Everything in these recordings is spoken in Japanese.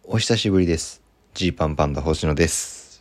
お久しぶりです。ジーパンパンダ星野です。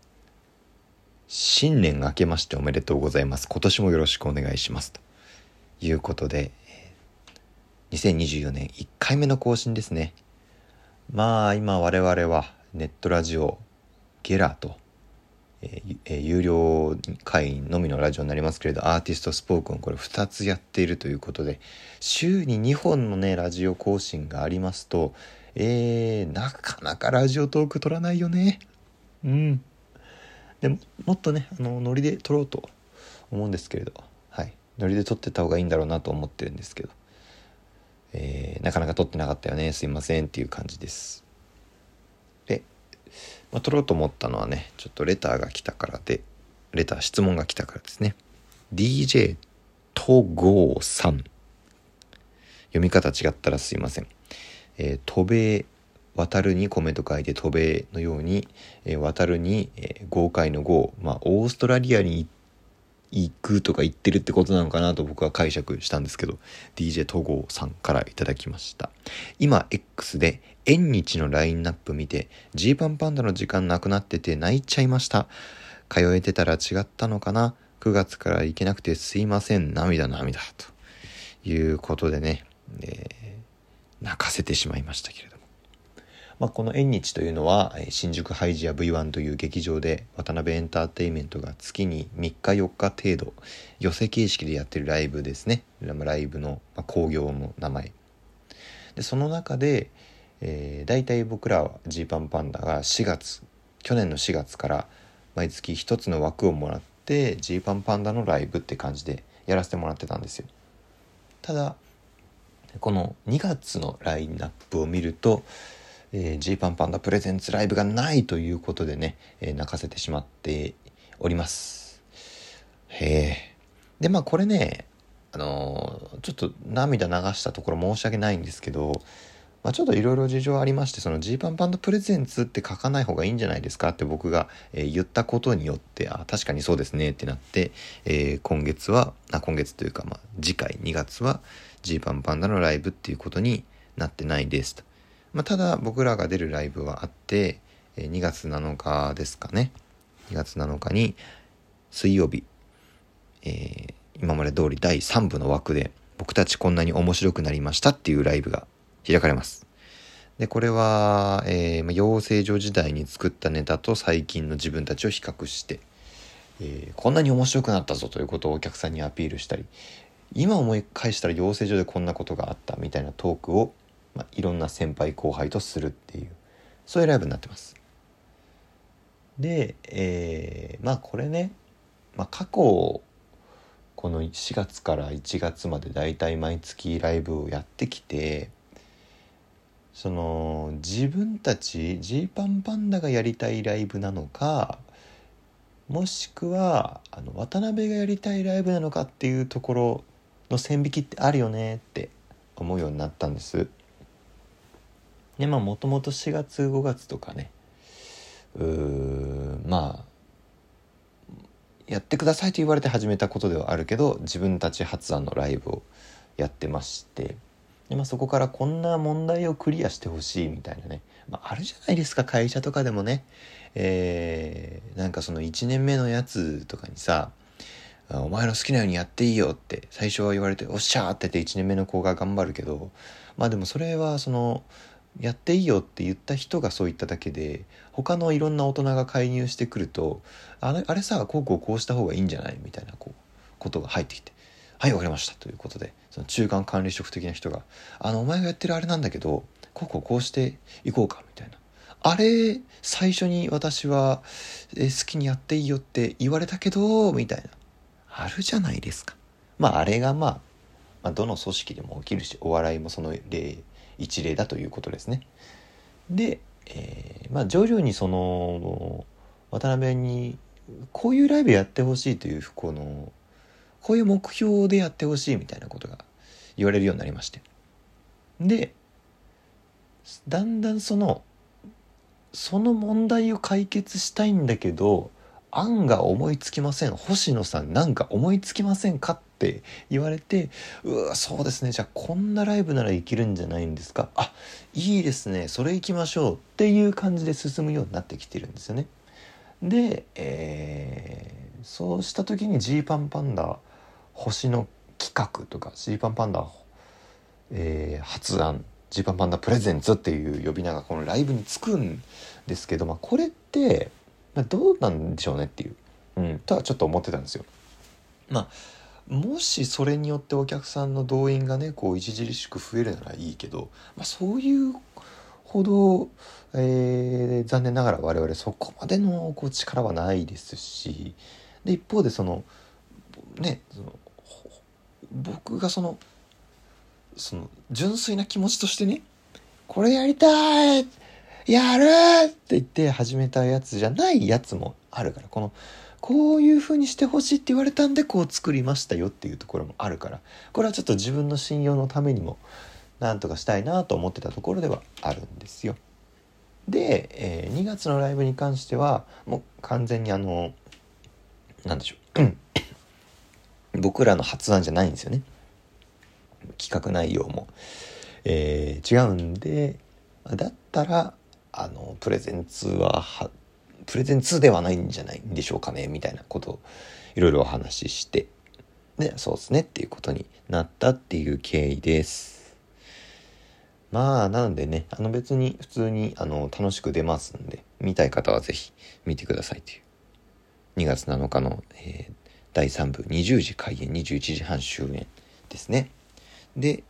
新年明けましておめでとうございます。今年もよろしくお願いします。ということで、2024年1回目の更新ですね。今我々はネットラジオゲラと、有料会員のみのラジオになりますけれど、アーティストスポークンこれ2つやっているということで、週に2本のねラジオ更新がありますと、なかなかラジオトーク撮らないよね。でもっとねノリで撮ろうと思うんですけれど、ノリで撮ってた方がいいんだろうなと思ってるんですけど、なかなか撮ってなかったよね、すいませんっていう感じです。で、撮ろうと思ったのはね、ちょっとレターが来たからで、質問が来たからですね。 DJ とごうさん、読み方違ったらすいません。渡米渡るに米と書いて渡米のように、渡るに、豪快の豪、オーストラリアに行くとか言ってるってことなのかなと僕は解釈したんですけど、 DJ 戸郷さんからいただきました。今 X で縁日のラインナップ見てジーパンパンダの時間なくなってて泣いちゃいました。通えてたら違ったのかな、9月から行けなくてすいません、涙ということでね、泣かせてしまいましたけれども、この縁日というのは新宿ハイジア V1 という劇場で渡辺エンターテインメントが月に3日4日程度寄席形式でやってるライブですね。ライブの興行の名前で、その中で、だいたい僕らはジーパンパンダが去年の4月から毎月一つの枠をもらってジーパンパンダのライブって感じでやらせてもらってたんですよ。ただこの2月のラインナップを見ると、ジーパンパンダプレゼンツライブがないということでね、泣かせてしまっております。でこれね、ちょっと涙流したところ申し訳ないんですけど、ちょっといろいろ事情ありまして、そのジーパンパンダプレゼンツって書かない方がいいんじゃないですかって僕が、言ったことによって、確かにそうですねってなって、今月というか次回2月はジーパンパンダのライブっていうことになってないですと。ただ僕らが出るライブはあって、2月7日ですかね。2月7日に水曜日、今まで通り第3部の枠で僕たちこんなに面白くなりましたっていうライブが開かれます。でこれは、養成所時代に作ったネタと最近の自分たちを比較して、こんなに面白くなったぞということをお客さんにアピールしたり、今思い返したら養成所でこんなことがあったみたいなトークを、いろんな先輩後輩とするっていう、そういうライブになってます。で、これね、過去この4月から1月までだいたい毎月ライブをやってきて、その自分たちジーパンパンダがやりたいライブなのか、もしくは渡辺がやりたいライブなのかっていうところの線引きってあるよねって思うようになったんです。でもともと4月5月とかね、やってくださいと言われて始めたことではあるけど、自分たち発案のライブをやってまして、で、そこからこんな問題をクリアしてほしいみたいなね、あるじゃないですか、会社とかでもね。なんかその1年目のやつとかにさ、お前の好きなようにやっていいよって最初は言われて、おっしゃーって言って1年目の子が頑張るけど、でもそれはそのやっていいよって言った人がそう言っただけで、他のいろんな大人が介入してくると、あれさ、こうした方がいいんじゃないみたいなことが入ってきて、はい、わかりましたということで、その中間管理職的な人が、お前がやってるあれなんだけど、こうしていこうかみたいな、あれ最初に私は、好きにやっていいよって言われたけどみたいな、あるじゃないですか。あれがどの組織でも起きるし、お笑いもその一例だということですね。で、徐々にその渡辺にこういうライブやってほしいというこういう目標でやってほしいみたいなことが言われるようになりまして、でだんだんその問題を解決したいんだけど、 案が思いつきません、星野さんなんか思いつきませんかって言われて、そうですね、じゃあこんなライブならいけるんじゃないんですか、いいですね、それ行きましょうっていう感じで進むようになってきてるんですよね。で、そうした時にジーパンパンダ星の企画とかジーパンパンダ、発案ジーパンパンダプレゼンツっていう呼び名がこのライブにつくんですけど、これってどうなんでしょうねっていう、とはちょっと思ってたんですよ。もしそれによってお客さんの動員がねこう著しく増えるならいいけど、そういうほど、残念ながら我々そこまでのこう力はないですし、で一方で僕がその純粋な気持ちとしてね、これやりたいやるって言って始めたやつじゃないやつもあるから、こういう風にしてほしいって言われたんでこう作りましたよっていうところもあるから、これはちょっと自分の信用のためにもなんとかしたいなと思ってたところではあるんですよ。で、2月のライブに関してはもう完全になんでしょう僕らの発案じゃないんですよね。企画内容も、違うんで、だったらプレゼンツではないんじゃないんでしょうかねみたいなことをいろいろお話しして、でそうですねっていうことになったっていう経緯です。なのでね別に普通に楽しく出ますんで、見たい方はぜひ見てくださいという2月7日の、第3部20時開演21時半終演ですね。で、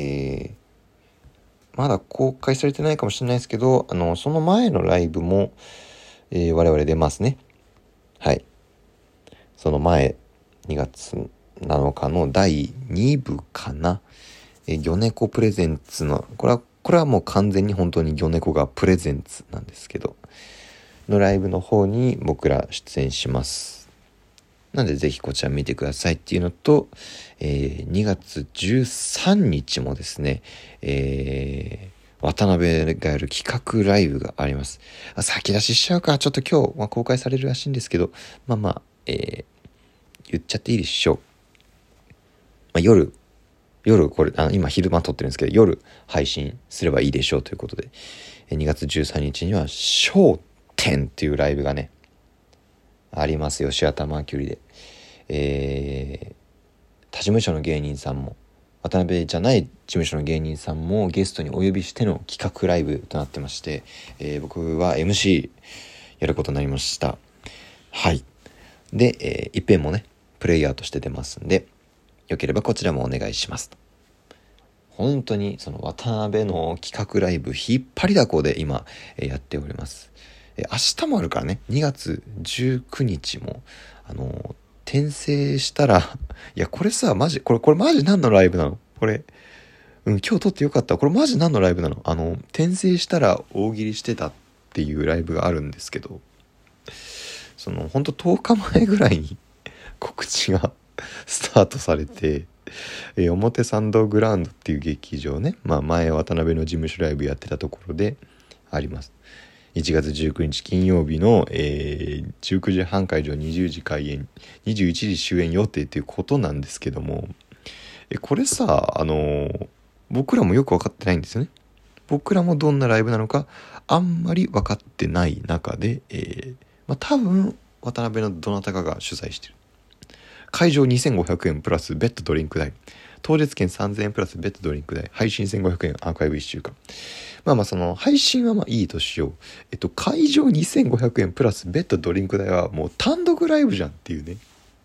まだ公開されてないかもしれないですけどその前のライブも、我々出ますね。はい、その前2月7日の第2部かな、魚猫プレゼンツのこれはもう完全に本当に魚猫がプレゼンツなんですけどのライブの方に僕ら出演します。なのでぜひこちら見てくださいっていうのと、2月13日もですね、渡辺がやる企画ライブがあります。先出ししちゃうか、ちょっと今日は公開されるらしいんですけど、言っちゃっていいでしょう。夜これ今昼間撮ってるんですけど、夜配信すればいいでしょうということで、2月13日には笑点っていうライブがねありますよ。シアターマーキュリーで、他事務所の芸人さんも渡辺じゃない事務所の芸人さんもゲストにお呼びしての企画ライブとなってまして、僕は MC やることになりました。はい。で、一遍もねプレイヤーとして出ますんで、よければこちらもお願いしますと。本当にその渡辺の企画ライブ引っ張りだこで今、やっております。明日もあるからね、2月19日も転生したらいやこれさマジこれマジ何のライブなのこれ、今日撮ってよかった。これマジ何のライブなの。転生したら大喜利してたっていうライブがあるんですけど、ほんと10日前ぐらいに告知がスタートされて、表参道グラウンドっていう劇場ね、前渡辺の事務所ライブやってたところであります。1月19日金曜日の、19時半会場20時開演21時終演予定っていうことなんですけども、これさ僕らもよく分かってないんですよね。僕らもどんなライブなのかあんまり分かってない中で、多分渡辺のどなたかが主催してる。会場2500円プラスベッドドリンク代、当日券3000円プラスベッドドリンク代、配信1500円、アーカイブ1週間。その配信はいいとしよう。会場2500円プラスベッドドリンク代はもう単独ライブじゃんっていうね、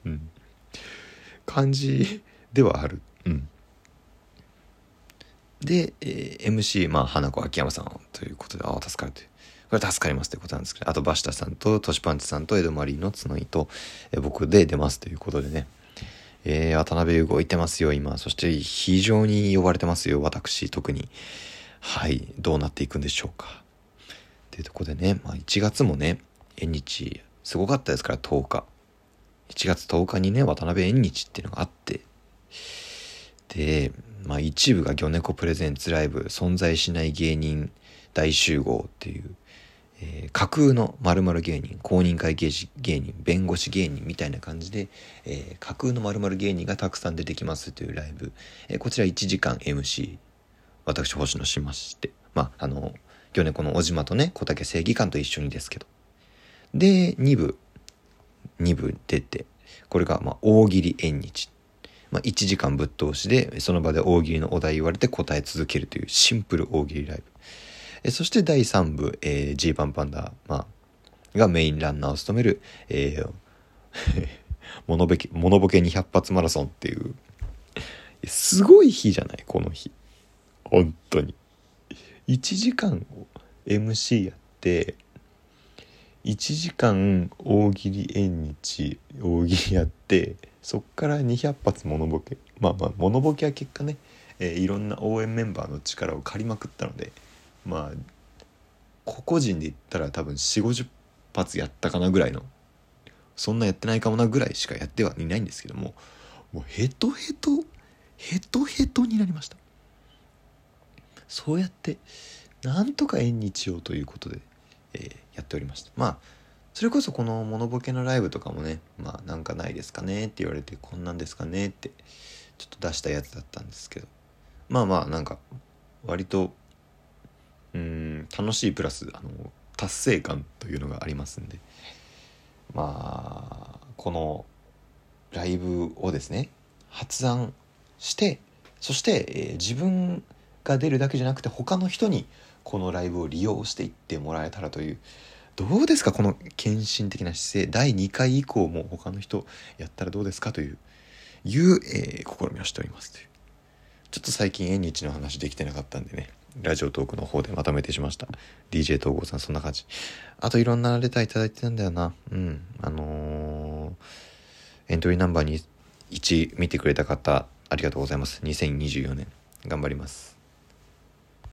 感じではある。で、MC 花子秋山さんということで助かるという、これ助かりますということなんですけど、あとバシタさんとトシパンチさんとエドマリーの角井と、僕で出ますということでね、渡辺動いてますよ今。そして非常に呼ばれてますよ私特に。はい、どうなっていくんでしょうかというところでね、1月もね縁日すごかったですから、1月10日にね渡辺縁日っていうのがあって、で一部が魚猫プレゼンツライブ存在しない芸人大集合っていう、 架空の〇〇芸人、公認会芸人、弁護士芸人みたいな感じで、架空の〇〇芸人がたくさん出てきますというライブ、こちら1時間 MC 私星野しまして、去年この小島とね小竹正義感と一緒にですけど、で2部出て、これが大喜利縁日、1時間ぶっ通しでその場で大喜利のお題言われて答え続けるというシンプル大喜利ライブ、そして第3部、G パンパンダ、がメインランナーを務める、モノボケ200発マラソンっていうすごい日じゃない、この日本当に1時間 MC やって1時間大喜利縁日大喜利やって、そっから200発モノボケ、モノボケは結果ね、いろんな応援メンバーの力を借りまくったので、個々人で言ったら多分 4,50 発やったかなぐらいの、そんなやってないかもなぐらいしかやってはいないんですけども、もうヘトヘトになりました。そうやってなんとか縁日をということで、やっておりました。それこそこのモノボケのライブとかもね、なんかないですかねって言われて、こんなんですかねってちょっと出したやつだったんですけど、なんか割と楽しいプラス達成感というのがありますんで、このライブをですね発案して、そして、自分が出るだけじゃなくて他の人にこのライブを利用していってもらえたらという、どうですかこの献身的な姿勢、第2回以降も他の人やったらどうですかという、試みをしておりますという。ちょっと最近縁日の話できてなかったんでね、ラジオトークの方でまとめてしました。 DJ 東郷さんそんな感じ。あといろんなレターいただいてたんだよな。エントリーナンバーに1見てくれた方ありがとうございます。2024年頑張ります。